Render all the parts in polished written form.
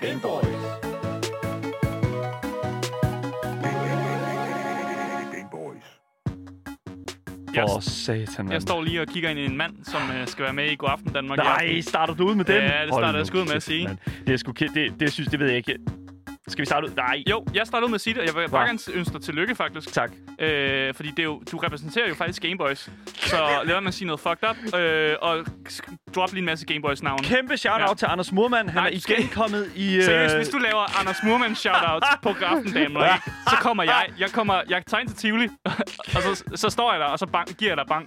Game Boys. Game Boys. For satan, Jeg står lige og kigger ind i en mand, som skal være med i God Aften Danmark. Nej, starter du ud med den? Ja, det starter jeg sgu ud med at sige. Det er sgu det ved jeg ikke. Skal vi starte ud? Nej. Jo, jeg starter ud med at sige det. Jeg vil bare gerne ønske dig tillykke, faktisk. Tak. Fordi det er jo, du repræsenterer jo faktisk Gameboys. Så lad mig sige noget fucked up. Og drop lige en masse Gameboys-navne. Kæmpe shout-out til Anders Murmann. Han er igen kommet i... Seriøst, hvis du laver Anders Murmann shout-out på God Aften Danmark, så kommer jeg. Jeg tager ind til Tivoli, og så står jeg der, og så giver jeg dig bank.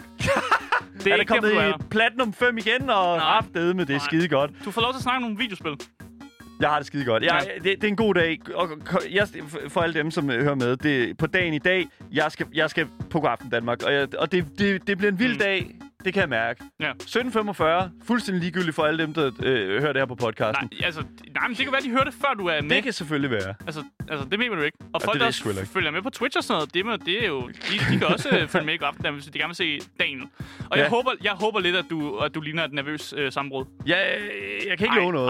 Det er kommet i Platinum 5 igen, og med det er skide godt. Du får lov til at snakke om nogle videospil. Jeg har det skide godt. Det er en god dag. Og for alle dem, som hører med, det på dagen i dag, jeg skal på God Aften Danmark. Og det bliver en vild dag. Det kan jeg mærke. Ja. 17:45. Fuldstændig ligegyldigt for alle dem, der hører det her på podcasten. Nej, men det kan være, de hører det, før du er med. Det kan selvfølgelig være. Altså det mener du ikke. Og folk, der følger med på Twitch og sådan noget, det er jo... De kan også følge med i God Aften, hvis de gerne vil se Daniel. Og jeg håber lidt, at du ligner et nervøs sammenbrud. Jeg kan ikke love noget.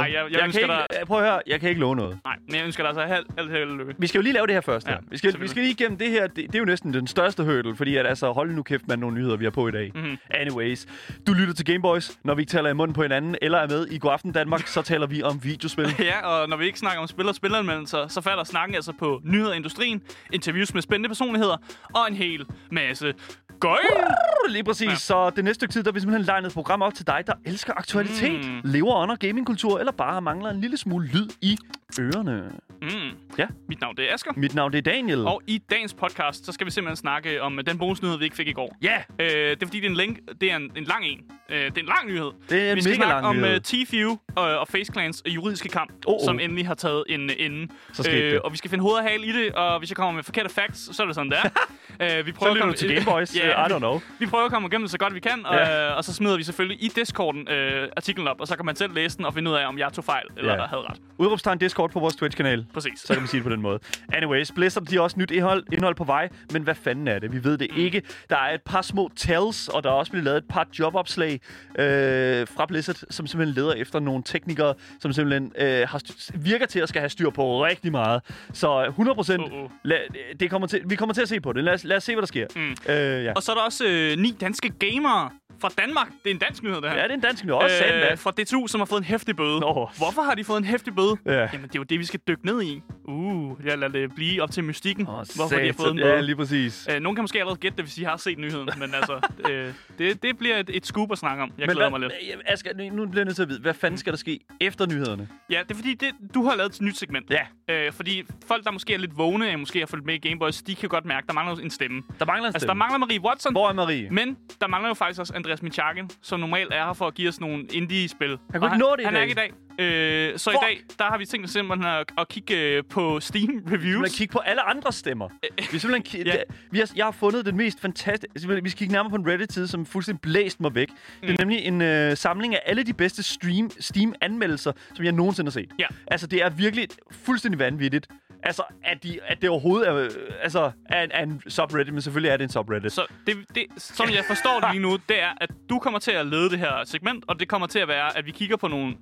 Prøv at høre, jeg kan ikke love noget. Nej, men jeg ønsker dig altså held lykke. Vi skal jo lige lave det her først. Ja, vi skal lige igennem det her. Det er jo næsten den største hurdle, fordi at, altså, hold nu kæft med nogle nyheder, vi har på i dag. Anyways, du lytter til Gameboys. Når vi ikke taler i munden på hinanden, eller er med i God Aften Danmark, så taler vi om videospil. Ja, og når vi ikke snakker om spil og spilleranmeldelser, så falder snakken altså på nyheder i industrien, interviews med spændende personligheder og en hel masse gøj. Lige præcis. Ja. Så det næste stykke tid, der vi simpelthen legnet et program op til dig, der elsker aktualitet, lever under gamingkultur, eller bare mangler en lille smule lyd i ørerne. Ja. Mit navn det er Asger. Mit navn det er Daniel. Og i dagens podcast, så skal vi simpelthen snakke om den bonusnyhed, vi ikke fik i går. Ja. Det er fordi, det er en lang en. Det er en lang nyhed. Det er en vi skal mega snakke lang nyhed. om Tfue og Face Clans juridiske kamp, som endelig har taget en ende. Og vi skal finde hoved og hale i det, og hvis jeg kommer med forkerte facts, så er det sådan, det er. Vi prøver så lytter du til Gameboys. I don't know. Vi prøver at komme igennem det så godt vi kan, og så smider vi selvfølgelig i Discorden artiklen op, og så kan man selv læse den og finde ud af, om jeg tog fejl, eller der havde ret. Udråbstegn Discord på vores Twitch-kanal. Præcis. Så kan man sige det på den måde. Anyways, Blizzard, de har også nyt indhold på vej, men hvad fanden er det? Vi ved det ikke. Der er et par små tells, og der er også blevet lavet et par jobopslag fra Blizzard, som simpelthen leder efter nogle teknikere, som simpelthen virker til at skal have styr på rigtig meget. Så 100%, vi kommer til at se på det. Lad os se, hvad der sker. Og så er der også 9 danske gamere fra Danmark. Det er en dansk nyhed, det her. Ja, det er en dansk nyhed. Også fra DTU, som har fået en heftig bøde. Hvorfor har de fået en heftig bøde? Jamen, det er jo det, vi skal dykke ned i. Jeg lader det blive op til mystikken, hvorfor de har fået en bøde. Ja, lige præcis. Nogen kan måske allerede gætte det, hvis de har set nyheden. Men altså, det bliver et scoop at snakke om. Jeg glæder mig lidt. Asger, nu bliver jeg nødt til at vide, hvad fanden skal der ske efter nyhederne? Ja, det er fordi, du har lavet et nyt segment. Ja. Fordi folk, der måske er lidt vågne, måske har fulgt med i Gameboys, de kan godt mærke, der mangler en stemme. Der mangler en stemme. Der mangler Marie Watson. Hvor er Marie? Men der mangler jo faktisk også Andreas Michakin, som normalt er her for at give os nogle indie-spil. Han kunne ikke nå det i dag. Han er ikke i dag. Så i dag, der har vi tænkt os simpelthen at kigge på Steam Reviews. Vi skal kigge på alle andre stemmer. Vi simpelthen jeg har fundet den mest fantastiske... Vi skal kigge nærmere på en Reddit-side, som fuldstændig blæst mig væk. Det er nemlig en samling af alle de bedste Steam-anmeldelser, som jeg nogensinde har set. Ja. Altså, det er virkelig fuldstændig vanvittigt. Altså, at det overhovedet er en subreddit, men selvfølgelig er det en subreddit. Så det som jeg forstår det lige nu, det er, at du kommer til at lede det her segment, og det kommer til at være, at vi kigger på nogle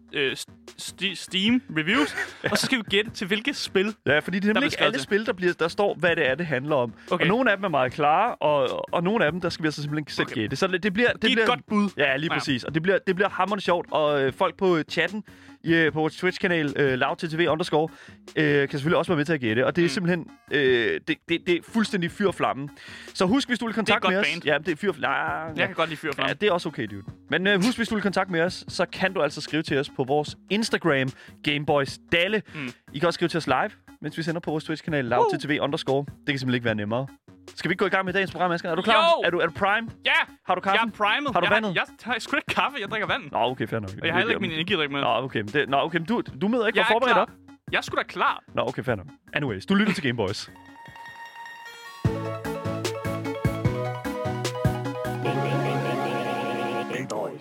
Steam reviews, og så skal vi gætte til hvilke spil. Ja, fordi det er nemlig ikke alle spil, der står, hvad det er, det handler om. Okay. Og nogle af dem er meget klare, og nogle af dem, der skal vi altså simpelthen selv gætte. Så det bliver et godt bud. Ja, lige præcis. Og det bliver hammerende sjovt, og folk på chatten, på vores Twitch-kanal, lavttv_, kan selvfølgelig også være med til at gætte. Og det er simpelthen... det er fuldstændig fyr og flamme. Så husk, hvis du vil kontakte med os... Band. Ja, det er fyr og flamme. Jeg kan godt lide fyr og flamme. Ja, det er også okay, dude. Men husk, hvis du vil kontakte med os, så kan du altså skrive til os på vores Instagram, Gameboys Dalle. I kan også skrive til os live, mens vi sender på vores Twitch-kanal, lavttv_. Det kan simpelthen ikke være nemmere. Skal vi ikke gå i gang med dagens program, Asger? Er du klar? Jo! Er du primed? Ja! Har du kaffe? Jeg er primed. Har du vandet? Jeg har sgu ikke kaffe, jeg drikker vand. Nå, okay, fair nok. Og jeg har heller ikke min energidrik med. Nå, okay. Men du møder ikke for forberedt op? Jeg er sgu da klar. Nå, okay, fair nok. Anyways, du lytter til Gameboys.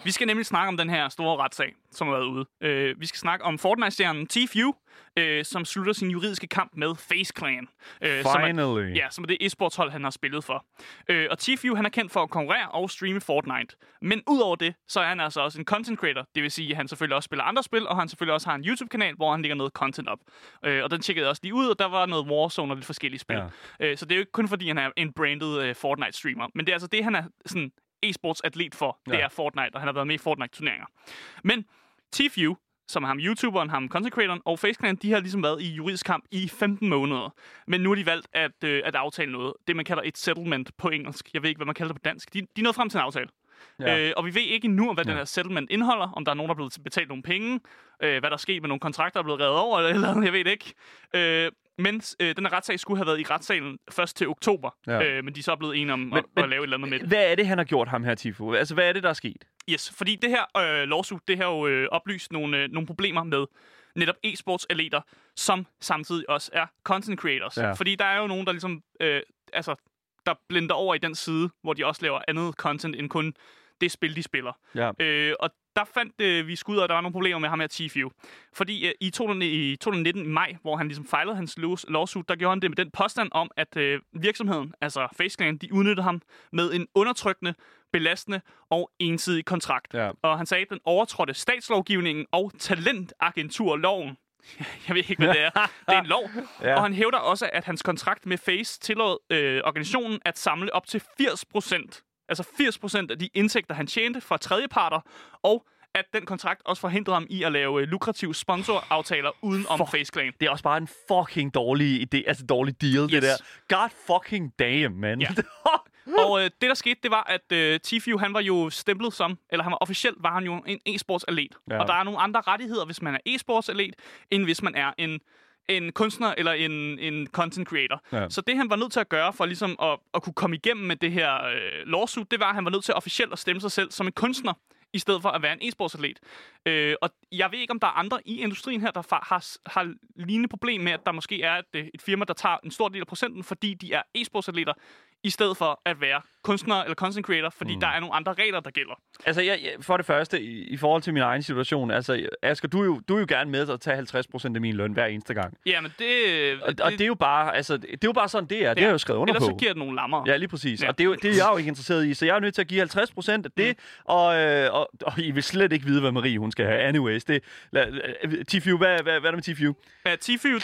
Vi skal nemlig snakke om den her store retssag, som har været ude. Vi skal snakke om Fortnite-stjernen Tfue, som slutter sin juridiske kamp med FaZe Clan. Finally. Som er det e-sportshold, han har spillet for. Og Tfue, han er kendt for at konkurrere og streame Fortnite. Men udover det, så er han altså også en content creator. Det vil sige, at han selvfølgelig også spiller andre spil, og han selvfølgelig også har en YouTube-kanal, hvor han lægger noget content op. Og den tjekkede jeg også lige ud, og der var noget Warzone og lidt forskellige spil. Ja. Så det er jo ikke kun fordi, han er en branded Fortnite-streamer. Men det er altså det, han er sådan e-sports-atlet for. Det er Fortnite, og han har været med i Fortnite-turneringer. Men Tfue, som er ham YouTuberen, ham content creatoren og FaZe Clan, de har ligesom været i juridisk kamp i 15 måneder. Men nu har de valgt at aftale noget. Det, man kalder et settlement på engelsk. Jeg ved ikke, hvad man kalder det på dansk. De er nået frem til en aftale. Ja. Og vi ved ikke endnu, hvad den her settlement indeholder. Om der er nogen, der er blevet betalt nogle penge. Hvad der er sket med nogle kontrakter, der er blevet revet over, eller andet, jeg ved det ikke. Men den her retssag skulle have været i retssalen først til oktober. Men de er så blevet enige om at lave et eller andet med det. Hvad er det, han har gjort, ham her, Tfue? Altså, hvad er det, der er sket? Yes, fordi det her lawsuit, det har jo oplyst nogle problemer med netop e-sports-atleter, som samtidig også er content creators. Ja. Fordi der er jo nogen, der ligesom der blender over i den side, hvor de også laver andet content end kun det spil, de spiller. Ja. Og der fandt vi skud, og der var nogle problemer med ham her Tfue. Fordi i 2019 i maj, hvor han ligesom fejlede hans lawsuit, der gjorde han det med den påstand om, at virksomheden, altså FaZe Clan, de udnyttede ham med en undertrykkende, belastende og ensidig kontrakt. Ja. Og han sagde, at den overtrådte statslovgivningen og talentagenturloven. Jeg ved ikke, hvad det er. Det er en lov. Ja. Og han hævder også, at hans kontrakt med FaZe tillod organisationen at samle op til 80%. Altså 80% af de indtægter, han tjente fra tredjeparter, og at den kontrakt også forhindrede ham i at lave lukrative sponsoraftaler uden om FaZe Clan. Det er også bare en fucking dårlig idé, altså dårlig deal, det der. God fucking damn, man. Ja. Og det, der skete, det var, at Tfue, han var jo stemplet som, eller han var officielt, var han jo en e-sports-atlet. Ja. Og der er nogle andre rettigheder, hvis man er e-sports-atlet, end hvis man er en kunstner eller en content creator. Ja. Så det, han var nødt til at gøre for ligesom at kunne komme igennem med det her lawsuit, det var, at han var nødt til officielt at stemme sig selv som en kunstner, i stedet for at være en e-sportsatlet. Og jeg ved ikke, om der er andre i industrien her, der har lignende problem med, at der måske er et firma, der tager en stor del af procenten, fordi de er e-sportsatleter, i stedet for at være kunstner eller content creator, fordi der er nogle andre regler, der gælder. Altså, for det første, i forhold til min egen situation, altså, Asger, du er jo gerne med at tage 50% af min løn hver eneste gang. Ja, men og det er jo bare, altså, det er jo bare sådan, det er. Det har jeg jo skrevet under på. Ellers så giver det nogle lammer. Ja, lige præcis. Ja. Og det er jeg jo ikke interesseret i, så jeg er nødt til at give 50% af det, og I vil slet ikke vide, hvad Marie, hun skal have. Anyways, Tfue, hvad er der med Tfue? Ja, Tfue,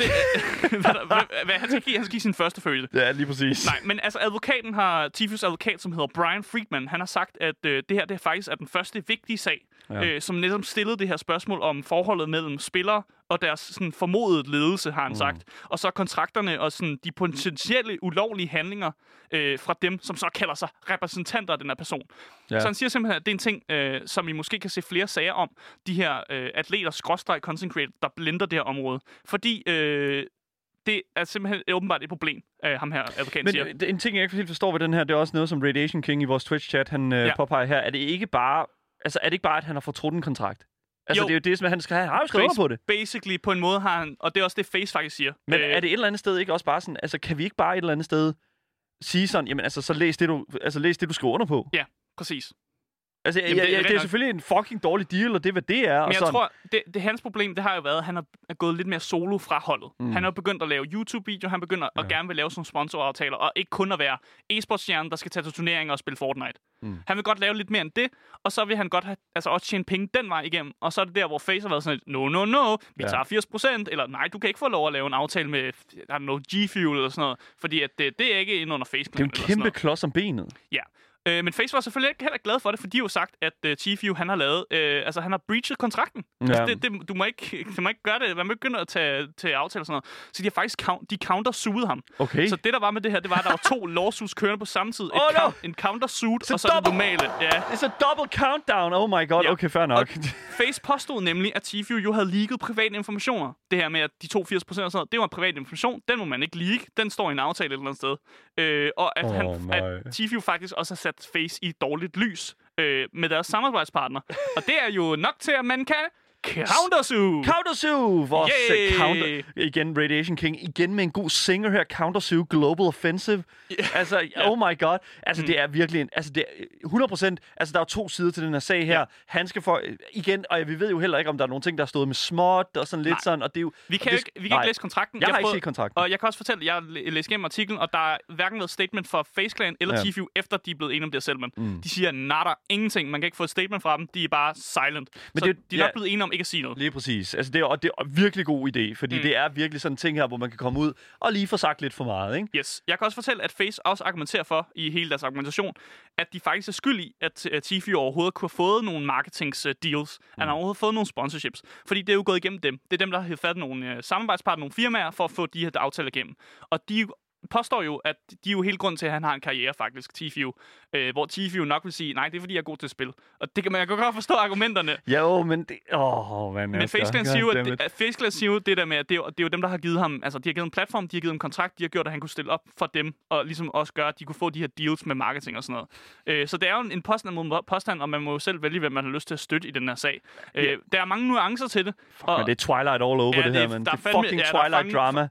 han skal give sin første følelse. Ja, lige præcis. Nej, men altså, Tfues advokat, som hedder Brian Friedman, han har sagt, at det her det faktisk er den første vigtige sag, som netop stillede det her spørgsmål om forholdet mellem spillere og deres sådan, formodede ledelse, har han sagt. Og så kontrakterne og sådan, de potentielle ulovlige handlinger fra dem, som så kalder sig repræsentanter af den her person. Ja. Så han siger simpelthen, at det er en ting, som vi måske kan se flere sager om, de her atleter/content creator, der blender det her område. Fordi det er simpelthen åbenbart et problem, ham her advokaten siger. Men en ting, jeg ikke helt forstår ved den her, det er også noget, som Radiation King i vores Twitch-chat, han påpeger her. Er det ikke bare, at han har fortrudt en kontrakt? Altså, det er jo det, som han har jo skrevet på det. Basically, på en måde har han, og det er også det, FaZe faktisk siger. Men er det et eller andet sted ikke også bare sådan, altså kan vi ikke bare et eller andet sted sige sådan, jamen altså, så læs det, du skriver under på? Ja, præcis. Altså, det er selvfølgelig en fucking dårlig deal, og det er, hvad det er. Men jeg tror, det hans problem, det har jo været, at han er gået lidt mere solo fra holdet. Han har begyndt at lave YouTube-videoer, han begynder at gerne vil lave sådan sponsoraftaler, og ikke kun at være e-sportsstjernen, der skal tage til turneringer og spille Fortnite. Han vil godt lave lidt mere end det, og så vil han godt have, altså også tjene penge den vej igennem. Og så er det der, hvor FaZe har været sådan et, vi tager 80%, eller nej, du kan ikke få lov at lave en aftale med G-Fuel eller sådan noget, fordi at det er ikke ind under FaZe. Det er en kæmpe klods om benet. Ja. Men FaZe var selvfølgelig ikke heller glad for det, for de har jo sagt, at Tfue, han har lavet, han har breachet kontrakten. Ja. Altså, du må ikke gøre det. Man må ikke begynde at tage aftaler og sådan noget. Så de har faktisk countersued ham. Okay. Så det, der var med det her, det var, at der var 2 lawsuits kørende på samme tid. En countersuit, og så det normale. Ja. It's a double countdown. Oh my god. Ja. Okay, fair nok. FaZe påstod nemlig, at Tfue jo havde leaget private informationer. Det her med, at de 82% og sådan noget, det var privat information. Den må man ikke leak. Den står i en aftale et eller andet sted. Og at Tfue faktisk også har sat FaZe i dårligt lys med deres samarbejdspartner. Og det er jo nok til, at man Counter-Zoo! Vores igen, Radiation King, igen med en god singer her. Counter-Zoo Global Offensive. Yeah. Altså, oh my god. Altså, det er virkelig altså, det er 100%. Altså, der er 2 sider til den her sag her. Yeah. Han skal få, igen, og vi ved jo heller ikke, om der er nogle ting, der er stået med småt og sådan lidt sådan, og det er jo... Vi kan ikke læse kontrakten. Jeg har ikke set kontrakten. Og jeg kan også fortælle, jeg læste igennem artiklen, og der er hverken noget statement fra FaZe Clan eller Tfue, efter de er blevet enige om det selv, men de siger nada, ingenting. Man kan ikke få et statement fra dem. De er bare silent. Men så de er nok blevet enige om ikke at sige noget. Lige præcis. Altså, det er virkelig god idé, fordi det er virkelig sådan en ting her, hvor man kan komme ud og lige få sagt lidt for meget, ikke? Yes. Jeg kan også fortælle, at FaZe også argumenterer for, i hele deres argumentation, at de faktisk er skyld i, at Tfue overhovedet kunne have fået nogle marketingsdeals. At han overhovedet fået nogle sponsorships. Fordi det er jo gået igennem dem. Det er dem, der har fat nogle samarbejdspartnere, nogle firmaer, for at få de her aftaler igennem. Og de påstår jo, at de er jo hele grund til, at han har en karriere, faktisk, Tfue. Hvor Tfue nok vil sige, nej, det er fordi, jeg er god til at spille. Og det kan man godt forstå argumenterne. Jo, men det... Men FaZe Clan siger jo det der med, at det er jo dem, der har givet ham... Altså, de har givet en platform, de har givet en kontrakt, de har gjort, at han kunne stille op for dem, og ligesom også gøre, at de kunne få de her deals med marketing og sådan noget. Så det er jo en påstand mod påstand, og man må jo selv vælge, hvem man har lyst til at støtte i den her sag. Der er mange nuancer til det. Men det er Twilight all over det her, men det er fucking Twilight-drama.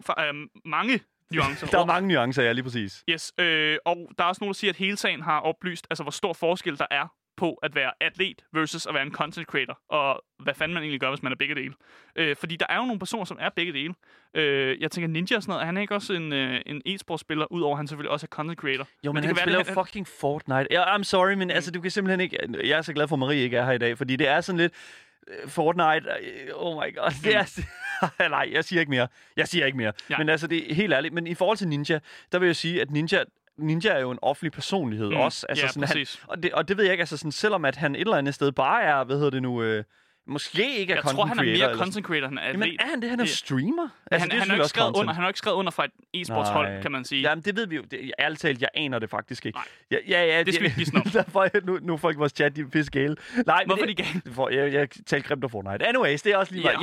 Mange nuancer. Der er mange nuancer, ja, lige præcis. Yes, og der er også nogen, der siger, at hele sagen har oplyst, altså hvor stor forskel der er på at være atlet versus at være en content creator, og hvad fanden man egentlig gør, hvis man er begge dele. Fordi der er jo nogle personer, som er begge dele. Jeg tænker Ninja og sådan noget, han er ikke også en e-sportspiller, udover at han selvfølgelig også er content creator. Jo, men han spiller jo fucking Fortnite. I'm sorry, men altså, du kan simpelthen ikke... Jeg er så glad for, at Marie ikke er her i dag, fordi det er sådan lidt... Fortnite, oh my god, det er... Nej, jeg siger ikke mere. Ja. Men altså, det er helt ærligt. Men i forhold til Ninja, der vil jeg sige, at Ninja er jo en offentlig personlighed også. Altså, sådan, præcis. Og det ved jeg ikke, altså sådan, selvom at han et eller andet sted bare er, måske ikke er content creator. Jeg tror, han er mere content creator, han er atlet. Men er han det? Han er streamer? Altså, han har jo ikke skrevet under for et e-sportshold, kan man sige. Jamen, det ved vi jo. Ærligt talt, jeg aner det faktisk ikke. Ja, det skal vi ikke give nu folk vores chat, de er pisse gale. Nej, hvorfor de gale? Jeg talte grimt om Fortnite. Anyways, det er også lige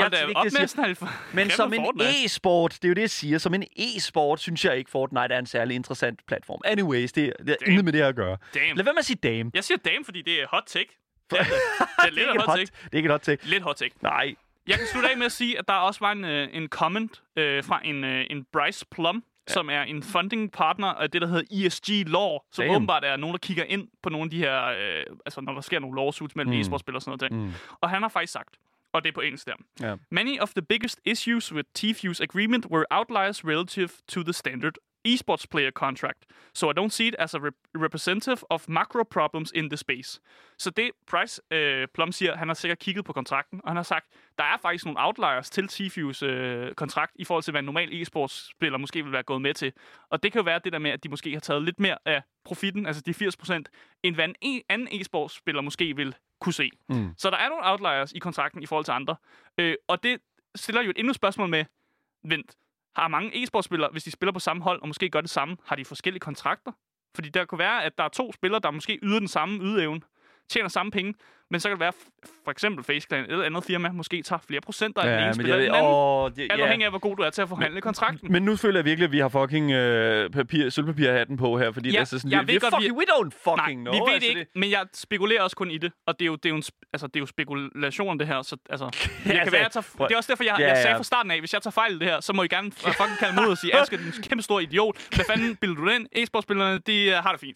men som en e-sport, det er jo det, jeg siger. Som en e-sport, synes jeg ikke, Fortnite er en særlig interessant platform. Anyways, det er intet med det at gøre. Lad være med at sige dame. Jeg siger dame, fordi det er hot take. Det er lidt hot take. Det er ikke et hot take. Lidt hot take. Nej. Jeg kan slutte af med at sige, at der også var en comment fra en Bryce Plum, som er en funding partner af det, der hedder ESG Law, som åbenbart er nogen, der kigger ind på nogle af de her, altså når der sker nogle lawsuits mellem e-sportspillere og sådan noget. Og han har faktisk sagt, og det er på engelsk der. Yeah. Many of the biggest issues with Tfue's agreement were outliers relative to the standard esports player contract. So I don't see it as a representative of macro problems in the space. Så det Bryce Plum siger, han har sikkert kigget på kontrakten, og han har sagt, der er faktisk nogle outliers til Tfue's kontrakt, i forhold til, hvad en normal e-sportsspiller måske vil være gået med til. Og det kan jo være det der med, at de måske har taget lidt mere af profitten, altså de 80%, end hvad en anden e-sportsspiller måske vil kunne se. Så der er nogle outliers i kontrakten i forhold til andre. Og det stiller jo et endnu spørgsmål med, vent, har mange e-sportspillere, hvis de spiller på samme hold, og måske gør det samme, har de forskellige kontrakter? Fordi der kunne være, at der er 2 spillere, der måske yder den samme ydeevne, tjener samme penge, men så kan det være, for eksempel FaZe Clan eller andet firma, måske tager flere procenter af den ene spiller end den anden. Alt afhængig af, hvor god du er til at forhandle kontrakten. Men nu føler jeg virkelig, at vi har fucking sølvpapirhatten på her, fordi det er sådan lidt, we don't fucking know. Vi ved det ikke, men jeg spekulerer også kun i det, og det er jo spekulation det her, så altså, det kan være, det er også derfor, jeg sagde fra starten af, hvis jeg tager fejl i det her, så må I gerne fucking kalde mig ud og sige, Asger, du er en kæmpe stor idiot. Hvad fanden bilder du den? E-sportspillerne, de har det fint.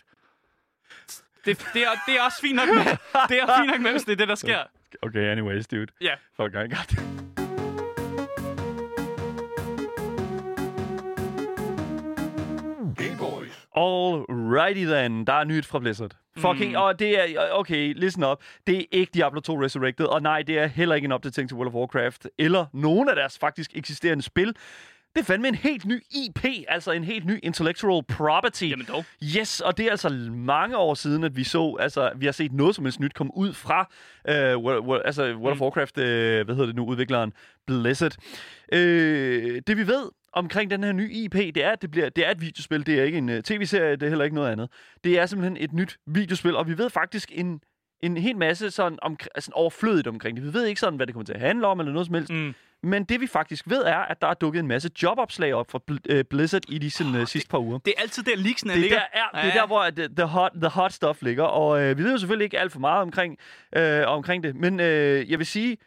Det er også fint nok med. Det er fint nok med, hvis det er det, der sker. Okay, anyways, dude. Ja. Fuck, I got it. Alrighty then. Der er nyt fra Blizzard. Fucking, og det er, okay, listen up. Det er ikke Diablo 2 Resurrected, og nej, det er heller ikke en opdatering til World of Warcraft, eller nogen af deres faktisk eksisterende spil. Det er fandme en helt ny IP, altså en helt ny intellectual property. Jamen dog. Yes, og det er altså mange år siden, at vi har set noget som helst nyt komme ud fra World of Warcraft, udvikleren Blizzard. Det vi ved omkring den her nye IP, det er, at det er et videospil, det er ikke en tv-serie, det er heller ikke noget andet. Det er simpelthen et nyt videospil, og vi ved faktisk en hel masse sådan overflødigt omkring det. Vi ved ikke sådan, hvad det kommer til at handle om, eller noget som helst. Men det vi faktisk ved er, at der er dukket en masse jobopslag op fra Blizzard i de sidste par uger. Det er altid der leaksene ligger. Det er der, hvor the hot stuff ligger. Og vi ved jo selvfølgelig ikke alt for meget omkring det. Men jeg vil sige,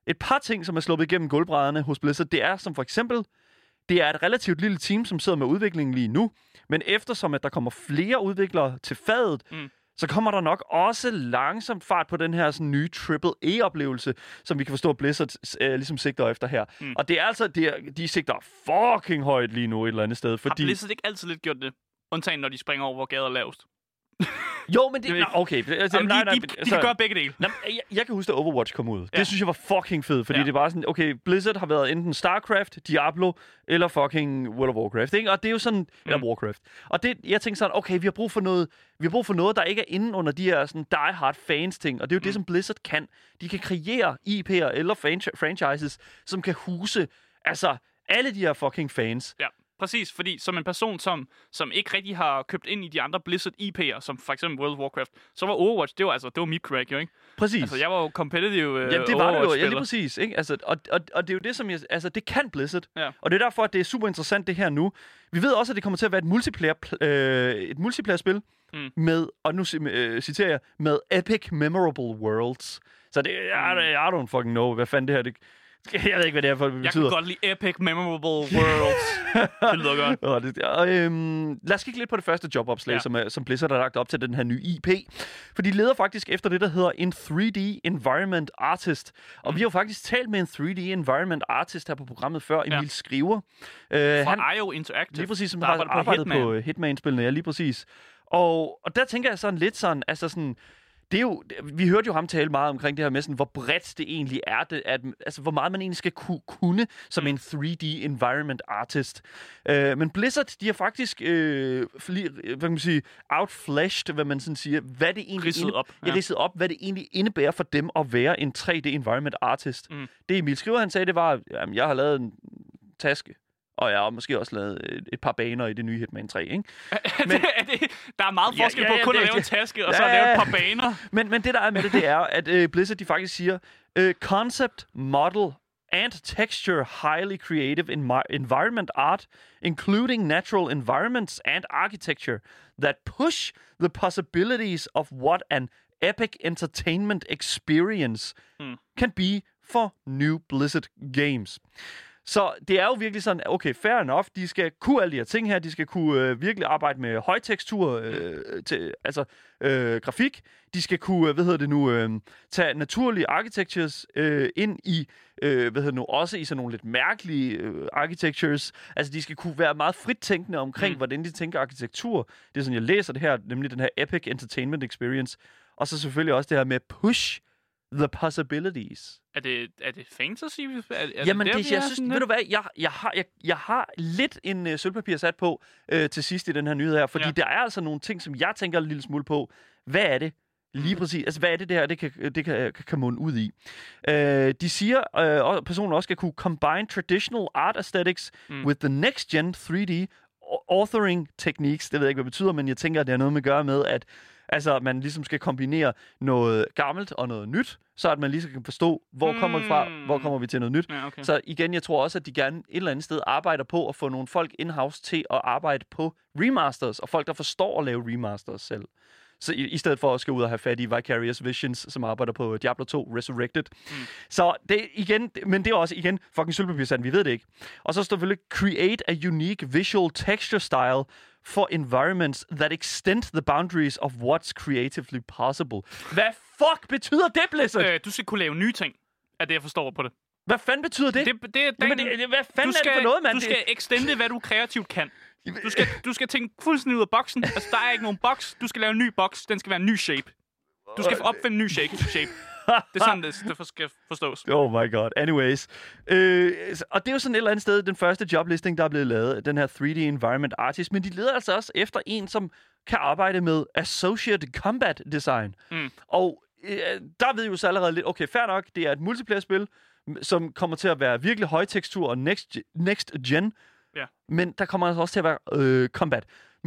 et par ting, som er sluppet igennem gulvbrædderne hos Blizzard, det er som for eksempel, det er et relativt lille team, som sidder med udviklingen lige nu, men eftersom at der kommer flere udviklere til fadet, så kommer der nok også langsomt fart på den her sådan, nye AAA-oplevelse, som vi kan forstå, at Blizzard ligesom sigter efter her. Og det er altså, de sigter fucking højt lige nu et eller andet sted. Fordi... Har Blizzard ikke altid lidt gjort det? Undtagen, når de springer over, hvor gader er lavest. Jo, men det... Okay. Altså, de kan gøre begge dele. Jeg kan huske, at Overwatch kom ud. Ja. Det synes jeg var fucking fedt, fordi det var sådan, okay, Blizzard har været enten StarCraft, Diablo eller fucking World of Warcraft, ikke? Og det er jo sådan... Eller Warcraft. Og det, jeg tænkte sådan, okay, vi har brug for noget, der ikke er inde under de her sådan die-hard fans-ting. Og det er jo det, som Blizzard kan. De kan kreere IP'er eller franchises, som kan huse, altså, alle de her fucking fans. Ja. Præcis, fordi som en person, som ikke rigtig har købt ind i de andre Blizzard IP'er, som for eksempel World of Warcraft, så var Overwatch, det var mit crack, jo, ikke? Præcis. Altså, jeg var jo competitive ja, det var det jo. Ja, lige præcis, ikke? Altså, og det er jo det, som det kan Blizzard. Ja. Og det er derfor, at det er super interessant, det her nu. Vi ved også, at det kommer til at være et multiplayer-spil med, og nu citerer jeg, med Epic Memorable Worlds. Så det, I don't fucking know, hvad fanden det her, jeg ved ikke, hvad det er, for det betyder. Jeg kan godt lide Epic Memorable Worlds. Det lyder godt. Lad os kigge lidt på det første jobopslag, som Blizzard har lagt op til den her nye IP. For de leder faktisk efter det, der hedder en 3D Environment Artist. Og vi har jo faktisk talt med en 3D Environment Artist her på programmet før, Emil Skriver. Fra IO Interactive. Lige præcis, som har arbejdet på Hitman-spillene. Ja, lige præcis. Og der tænker jeg sådan lidt sådan, altså sådan... Det er jo, vi hørte jo ham tale meget omkring det her med, sådan, hvor bredt det egentlig er, altså hvor meget man egentlig skal kunne som en 3D environment artist. Men Blizzard, de har faktisk, hvad kan man sige, outflashed, hvad man sådan siger, hvad det egentlig ridset op, hvad det egentlig indebærer for dem at være en 3D environment artist. Det Emil Skriver, han sagde, det var, jamen, jeg har lavet en taske. Og jeg har måske også lavet et par baner i det nye Hitman 3, ikke? Der er meget forskel på kun at lave en taske, og så at lave et par baner. Men det, der er med det er, at Blizzard, de faktisk siger, concept, model and texture highly creative environment art, including natural environments and architecture that push the possibilities of what an epic entertainment experience can be for new Blizzard games. Så det er jo virkelig sådan, okay, fair enough, de skal kunne alle de her ting her, de skal kunne virkelig arbejde med højtekstur, grafik, de skal kunne, tage naturlige architectures ind i, også i sådan nogle lidt mærkelige architectures, altså de skal kunne være meget frittænkende omkring, hvordan de tænker arkitektur. Det er sådan, jeg læser det her, nemlig den her epic entertainment experience, og så selvfølgelig også det her med push the possibilities. Er det fantasy? Jamen, jeg synes, ved du hvad, jeg har lidt en sølvpapir sat på til sidst i den her nyhed her, fordi der er altså nogle ting, som jeg tænker en lille smule på. Hvad er det? Lige præcis. Altså, hvad er det der, det kan munde ud i? De siger, at personen også skal kunne combine traditional art aesthetics with the next-gen 3D authoring techniques. Det ved jeg ikke, hvad det betyder, men jeg tænker, at det har noget med at gøre med, at altså, man ligesom skal kombinere noget gammelt og noget nyt, så at man lige kan forstå, hvor kommer vi fra, hvor kommer vi til noget nyt. Ja, okay. Så igen, jeg tror også, at de gerne et eller andet sted arbejder på at få nogle folk in-house til at arbejde på remasters, og folk, der forstår at lave remasters selv. Så i stedet for at skal ud og have fat i Vicarious Visions, som arbejder på Diablo 2 Resurrected. Så det igen, men det er også igen fucking sølvpapirsand, vi ved det ikke. Og så står selvfølgelig create a unique visual texture style for environments that extend the boundaries of what's creatively possible. Hvad fuck betyder det, Blizzard? Du skal kunne lave nye ting, er det, jeg forstår på det. Hvad fanden betyder det? Hvad fanden er det for noget, mand? Du skal extende, hvad du kreativt kan. Du skal tænke fuldstændig ud af boksen. Altså, der er ikke nogen boks. Du skal lave en ny boks. Den skal være en ny shape. Du skal opfinde en ny shape. Det er sådan, det skal forstås. Oh my god. Anyways. Og det er jo sådan et eller andet sted, den første joblisting, der er blevet lavet, den her 3D Environment Artist. Men de leder altså også efter en, som kan arbejde med Associate Combat Design. Og der ved vi jo så allerede lidt, okay, fair nok, det er et multiplayer-spil, som kommer til at være virkelig højtekstur og next gen. Ja. Men der kommer altså også til at være combat.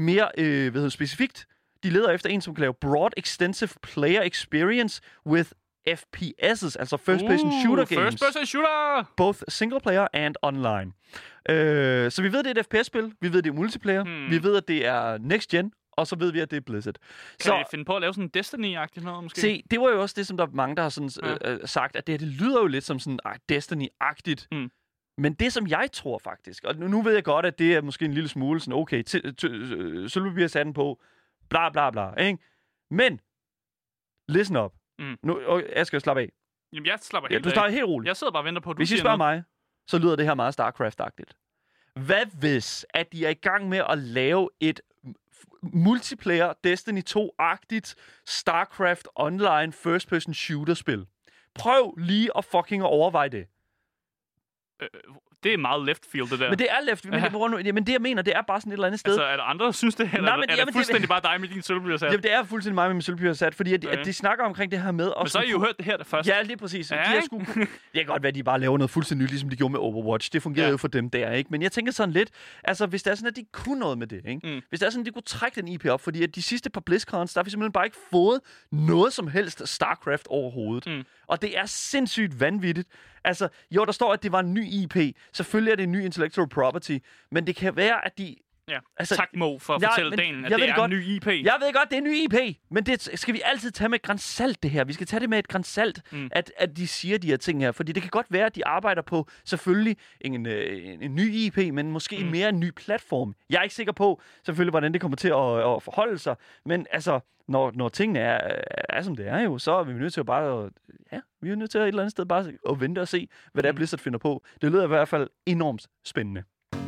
Mere specifikt. De leder efter en, som kan lave broad, extensive player experience with FPS's, altså First Person Shooter games. First Person Shooter! Both single player and online. Så vi ved, det er et FPS-spil. Vi ved, det er multiplayer. Vi ved, at det er next gen. og så ved vi, at det er Blizzard. Kan vi finde på at lave sådan en Destiny-agtigt noget, måske? Se, det var jo også det, som der er mange, der har sådan, sagt, at det lyder jo lidt som sådan Destiny-agtigt. Men det, som jeg tror faktisk, og nu ved jeg godt, at det er måske en lille smule sådan, okay, sølvpapir sat den på, bla bla bla, ikke? Men, listen up. Nu, Asger, slap af. Jamen, jeg slapper helt af. Du starter helt roligt. Jeg sidder bare og venter på, at du Hvis I spørger mig, så lyder det her meget StarCraft-agtigt. Hvad hvis, at de er i gang med at lave et multiplayer Destiny 2-agtigt StarCraft online first-person shooter-spil? Prøv lige at fucking overveje det. Det er meget left field, det der. Men det er left field. Men det, jeg mener, det er bare sådan et eller andet sted. Altså, er der andre, der synes det? Eller er det fuldstændig bare dig med din sølvpapir-sat? Jamen, det er fuldstændig mig med min sat, fordi at de snakker omkring det her med... Men så har I jo hørt det her der først. Ja, lige præcis. Ja, det kan godt være, at de bare laver noget fuldstændig nyt, ligesom de gjorde med Overwatch. Det fungerede jo for dem der, ikke? Men jeg tænker sådan lidt... Altså, hvis det er sådan, at de kunne noget med det, ikke? Hvis det er sådan, at de kunne trække den IP op, fordi at de sidste par BlizzCons, der har vi simpelthen bare ikke fået noget som helst StarCraft overhovedet. Og det er sindssygt vanvittigt. Altså, jo, der står, at det var en ny IP. Selvfølgelig er det en ny intellectual property, men det kan være, at de... Ja, altså, tak Mo for at fortælle dagen, at det er en ny IP. Jeg ved godt, det er en ny IP, men det skal vi altid tage med et gran salt, det her. Vi skal tage det med et gran salt, at de siger de her ting her. Fordi det kan godt være, at de arbejder på selvfølgelig en ny IP, men måske mere en ny platform. Jeg er ikke sikker på, selvfølgelig, hvordan det kommer til at forholde sig. Men altså, når tingene er som det er jo, så er vi nødt til at bare... Ja, vi er nødt til at et eller andet sted bare at vente og se, hvad det er, Blizzard finder på. Det lyder i hvert fald enormt spændende.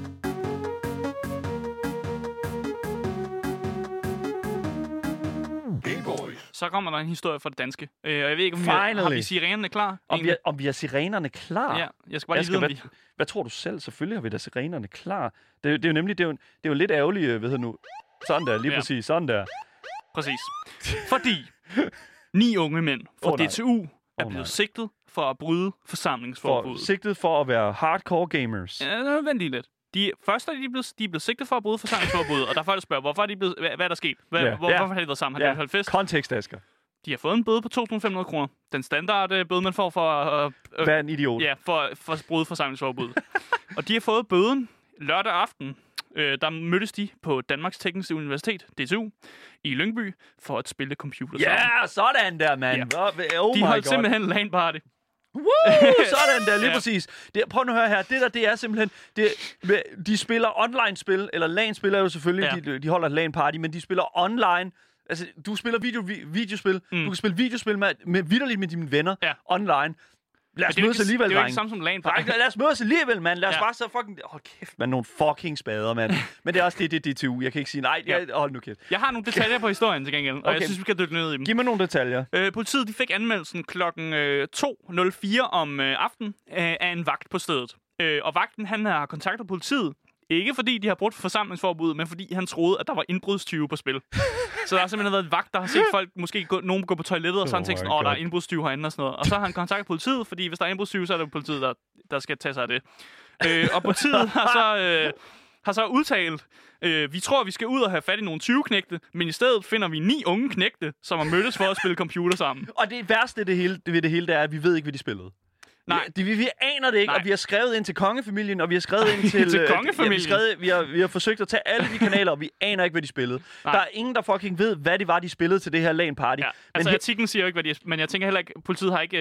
Så kommer der en historie fra det danske. Og jeg ved ikke, om har vi sirenerne klar? Om vi har sirenerne klar? Ja, jeg skal bare lige vide, hvad tror du selv? Selvfølgelig har vi da sirenerne klar. Det er jo nemlig, det er jo lidt ærgerligt, ved jeg nu. Sådan der, lige præcis, sådan der. Præcis. Fordi 9 unge mænd fra DTU er blevet sigtet for at bryde forsamlingsforbuddet. Sigtet for at være hardcore gamers. Ja, vent lige lidt. Først er de blevet sigtet for at bryde forsamlingsforbuddet, og der er folk, der spørger, hvorfor er de blevet, hvad er der sket? Hvorfor har de været sammen? Har de holdt fest? Kontekst, Asger. De har fået en bøde på 2.500 kroner. Den standard bøde, man får for... Hvad en idiot. Ja, for at bryde forsamlingsforbuddet. Og de har fået bøden lørdag aften. Der mødtes de på Danmarks Tekniske Universitet, DTU, i Lyngby, for at spille computer sammen. Ja, sådan der, mand. Yeah. De holdt simpelthen LAN party. Woo! Sådan der, lige præcis. Prøv nu at høre her. Det er simpelthen... de spiller online-spil, eller LAN-spil er jo selvfølgelig, de holder et LAN-party, men de spiller online. Altså, du spiller videospil. Du kan spille videospil vitterligt med dine venner online. Lad os mødes alligevel, det er jo ikke samme som LAN party. Lad os mødes alligevel, mand. Lad os bare så fucking... Hold kæft, man. Nogle fucking spader, mand. Men det er også det DTU. Jeg kan ikke sige nej. Hold nu kæft. Jeg har nogle detaljer på historien til gengæld, og jeg synes, vi skal dykke ned i dem. Giv mig nogle detaljer. Politiet de fik anmeldelsen klokken 2:04 om aftenen af en vagt på stedet. Og vagten, han har kontaktet politiet. Ikke fordi de har brudt forsamlingsforbud, men fordi han troede, at der var indbrudstyve på spil. Så der har simpelthen været en vagt, der har set folk, måske nogen gå på toilettet, og så har han tænkt sådan, der er indbrudstyve herinde og sådan noget. Og så har han kontaktet politiet, fordi hvis der er indbrudstyve, så er det politiet, der skal tage sig af det. Og politiet har så udtalt, vi tror, vi skal ud og have fat i nogle 20-knægte, men i stedet finder vi 9 unge knægte, som har mødtes for at spille computer sammen. Og det værste ved det hele, det er, at vi ved ikke, hvad de spillede. Nej. Vi aner det ikke, og vi har skrevet ind til kongefamilien, og vi har skrevet ind til kongefamilien. Vi har forsøgt at tage alle de kanaler, og vi aner ikke, hvad de spillede. Nej. Der er ingen, der fucking ved, hvad det var, de spillede til det her LAN-party. Ja. Altså, artiklen siger jo ikke, hvad de... Men jeg tænker heller ikke, politiet har ikke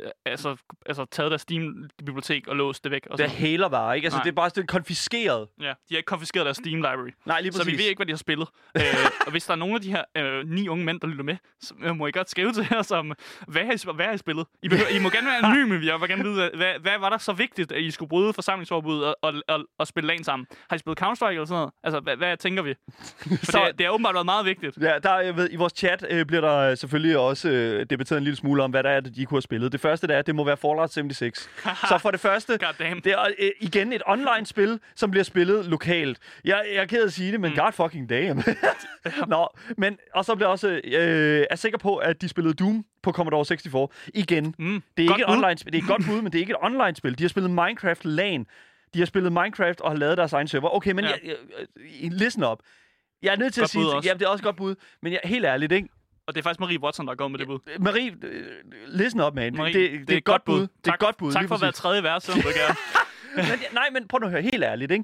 taget deres Steam-bibliotek og låst det væk. Og det er hælervarer, ikke? Altså, det er bare konfiskeret. Ja, de har ikke konfiskeret deres Steam-library. Nej, lige præcis. Så vi ved ikke, hvad de har spillet. Og hvis der er nogen af de her 9 unge mænd, der lytter med, så må I godt skrive til os om, hvad har I spillet? I må gerne være anonyme, jeg vil gerne vide, hvad var der så vigtigt, at I skulle bryde forsamlingsforbuddet og spille LAN sammen? Har I spillet Counter-Strike eller sådan noget? Altså, hvad tænker vi? For det har åbenbart været meget vigtigt. Ja, i vores chat bliver der selvfølgelig også debatteret en lille smule om, hvad der er, de kunne have spillet. Det første, det må være Fallout 76. Så for det første, det er igen et online-spil, som bliver spillet lokalt. Jeg er ked af at sige det, men god fucking damn. Nå, men, og så bliver jeg også er sikker på, at de spillede Doom på Commodore 64. Igen. Det er ikke et online-spil. Det er et godt bud, men det er ikke et online-spil. De har spillet Minecraft LAN. De har spillet Minecraft og har lavet deres egen server. Okay, men listen up. Jeg er nødt til at sige, ja, det er også et godt bud, men helt ærligt, ikke? Og det er faktisk Marie Watson, der er gået med det bud. Marie, listen up, man. Det er et godt bud. Det er et godt bud. Tak for at være tredje vers, som du gerne. Men prøv nu at høre helt ærligt, ikke?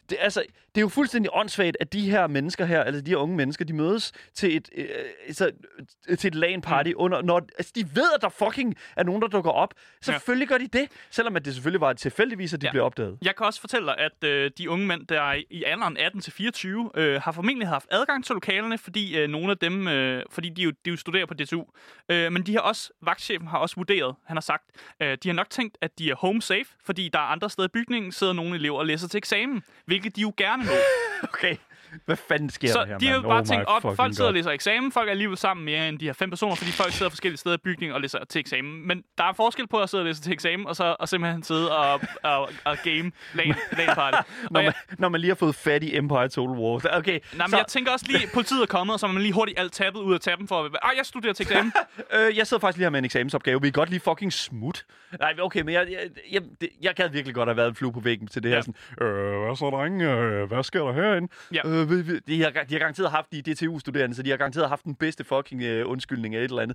det er jo fuldstændig åndssvagt, at de her mennesker her, altså de her unge mennesker, de mødes til et LAN-party når de ved, at der fucking er nogen, der dukker op. Selvfølgelig gør de det, selvom at det selvfølgelig var tilfældigvis, at de blev opdaget. Jeg kan også fortælle dig, at de unge mænd, der er i alderen 18-24, har formentlig haft adgang til lokalerne, fordi nogle af dem, fordi de jo studerer på DTU. Men de har også, vagtchefen har også vurderet, han har sagt, de har nok tænkt, at de er home safe, fordi der er andre steder i bygningen, sidder nogle elever og læser til eksamen, hvilket de jo gerne må. Okay. Hvad fanden sker der her, de har jo bare tænkt, folk sidder og læser eksamen, folk er alligevel sammen mere end de her 5 personer, fordi folk sidder forskellige steder i bygningen og læser til eksamen. Men der er forskel på at sidde og læse til eksamen, og simpelthen sidde og game LAN-party. Når man lige har fået fat i Empire Total War. Okay. Nej, men jeg tænker også lige, politiet er kommet, og så er man lige hurtigt alt tappet ud af tappen for at... jeg studerer til eksamen. Jeg sidder faktisk lige her med en eksamensopgave. Vi kan godt lige fucking smut. Nej, okay, men jeg kan virkelig godt have været en flue på væggen til det her. Sådan, hvad så, drenge? Hvad sker der herinde? Ja. De har garanteret haft de DTU-studerende, så de har garanteret haft den bedste fucking undskyldning af et eller andet.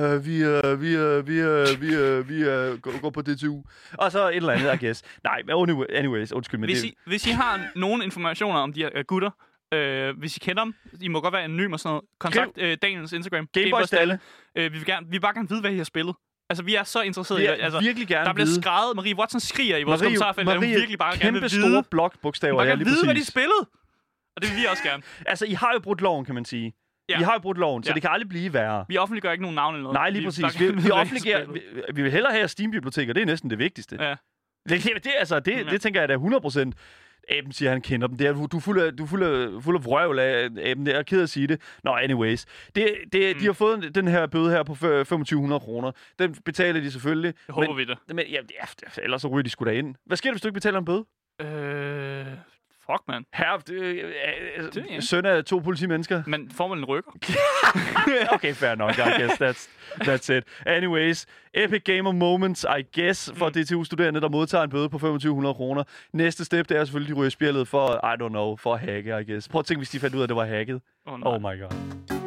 Vi går på DTU. Og så et eller andet, I guess. Nej, anyways, undskyld. Men hvis I har nogle informationer om de her gutter, hvis I kender dem, I må godt være anonym og sådan noget, kontakt Daniels Instagram. Gameboys Dalle. Vi vil bare gerne vide, hvad I har spillet. Altså, vi er så interesserede i det. Altså, virkelig gerne der bliver skrevet. Marie Watson skriger i vores kommentarfelt, at hun virkelig bare gerne vil vide. Kæmpe store blokbogstaver. Bare gerne vide, hvad de spillede. Og det vil vi også gerne. Altså, I har jo brudt loven, kan man sige. Ja. I har jo brudt loven, så det kan aldrig blive værre. Vi offentliggør ikke nogen navn eller noget. Nej, lige præcis. Vi vil hellere have Steam-biblioteker, det er næsten det vigtigste. Ja. Det tænker jeg da 100%. Aben siger, han kender dem. Du er fuld af vrøvl af Aben. Jeg er ked af at sige det. Nå, anyways. De har fået den her bøde her på 2.500 kroner. Den betaler de selvfølgelig. Jeg håber vi det. Men ellers så ryger de sgu da ind. Hvad sker der, hvis du ikke betaler en bøde? Fuck, man. Søn af 2 politimennesker. Men får man en rykker? Okay, fair nok. I guess that's it. Anyways, epic gamer moments, I guess, for DTU-studerende, der modtager en bøde på 2.500 kroner. Næste step, det er selvfølgelig, de ryger spillet for, I don't know, for at hacke, I guess. Prøv at tænke, hvis de fandt ud af, at det var hacket. Oh my god.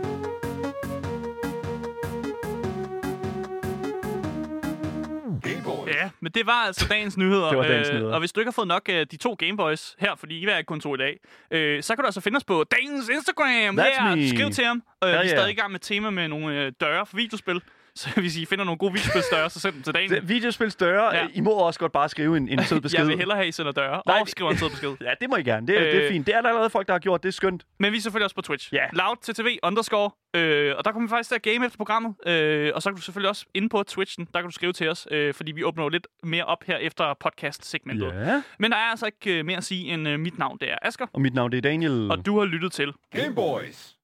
Ja, men det var altså dagens nyheder. Det var dagens nyheder. Og hvis du ikke har fået nok af de 2 Gameboys her, fordi I er kun 2 i dag, så kan du altså finde os på dagens Instagram. Skriv til ham. Vi er stadig i gang med tema med nogle døre for videospil. Så hvis I finder nogle gode videospilsdøre, så send dem til dagen. Videospilsdøre, I må også godt bare skrive en sød besked. Jeg vil hellere have, I sender døre, og skriver en sød besked. Ja, det må I gerne. Det er fint. Det er der allerede folk, der har gjort. Det er skønt. Men vi er selvfølgelig også på Twitch. Yeah. LoudTTV_. Og der kommer vi faktisk til at game efter programmet. Og så kan du selvfølgelig også inde på Twitchen, der kan du skrive til os, fordi vi åbner jo lidt mere op her efter podcast-segmentet. Yeah. Men der er altså ikke mere at sige end mit navn, det er Asger. Og mit navn, det er Daniel. Og du har lyttet til Gameboys.